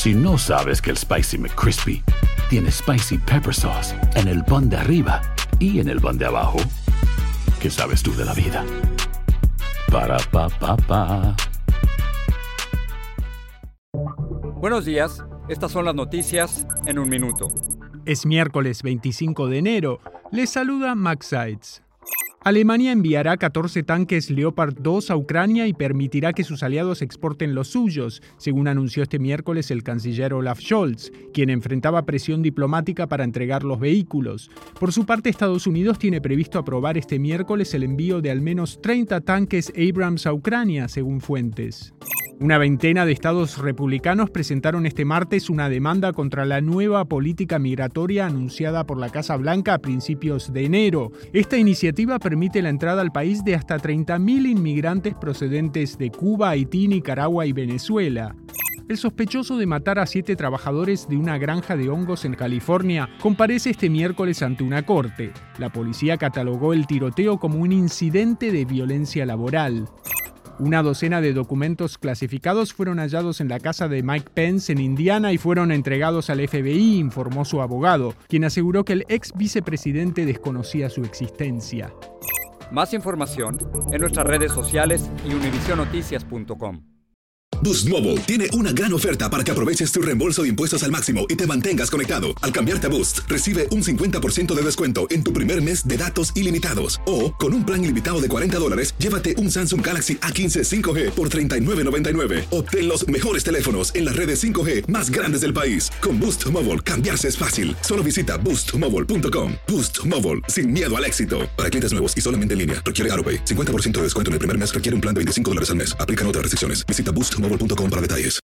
Si no sabes que el Spicy McCrispy tiene Spicy Pepper Sauce en el pan de arriba y en el pan de abajo, ¿qué sabes tú de la vida? Para, pa, pa, pa. Buenos días, estas son las noticias en un minuto. Es miércoles 25 de enero. Les saluda Max Seitz. Alemania enviará 14 tanques Leopard 2 a Ucrania y permitirá que sus aliados exporten los suyos, según anunció este miércoles el canciller Olaf Scholz, quien enfrentaba presión diplomática para entregar los vehículos. Por su parte, Estados Unidos tiene previsto aprobar este miércoles el envío de al menos 30 tanques Abrams a Ucrania, según fuentes. Una veintena de estados republicanos presentaron este martes una demanda contra la nueva política migratoria anunciada por la Casa Blanca a principios de enero. Esta iniciativa permite la entrada al país de hasta 30.000 inmigrantes procedentes de Cuba, Haití, Nicaragua y Venezuela. El sospechoso de matar a 7 trabajadores de una granja de hongos en California comparece este miércoles ante una corte. La policía catalogó el tiroteo como un incidente de violencia laboral. Una docena de documentos clasificados fueron hallados en la casa de Mike Pence en Indiana y fueron entregados al FBI, informó su abogado, quien aseguró que el ex vicepresidente desconocía su existencia. Más información en nuestras redes sociales y univisionoticias.com. Boost Mobile tiene una gran oferta para que aproveches tu reembolso de impuestos al máximo y te mantengas conectado. Al cambiarte a Boost, recibe un 50% de descuento en tu primer mes de datos ilimitados. O, con un plan ilimitado de $40, llévate un Samsung Galaxy A15 5G por $39.99. Obtén los mejores teléfonos en las redes 5G más grandes del país. Con Boost Mobile, cambiarse es fácil. Solo visita boostmobile.com. Boost Mobile, sin miedo al éxito. Para clientes nuevos y solamente en línea, requiere AutoPay. 50% de descuento en el primer mes requiere un plan de $25 al mes. Aplican otras restricciones. Visita boostmobile.com para detalles.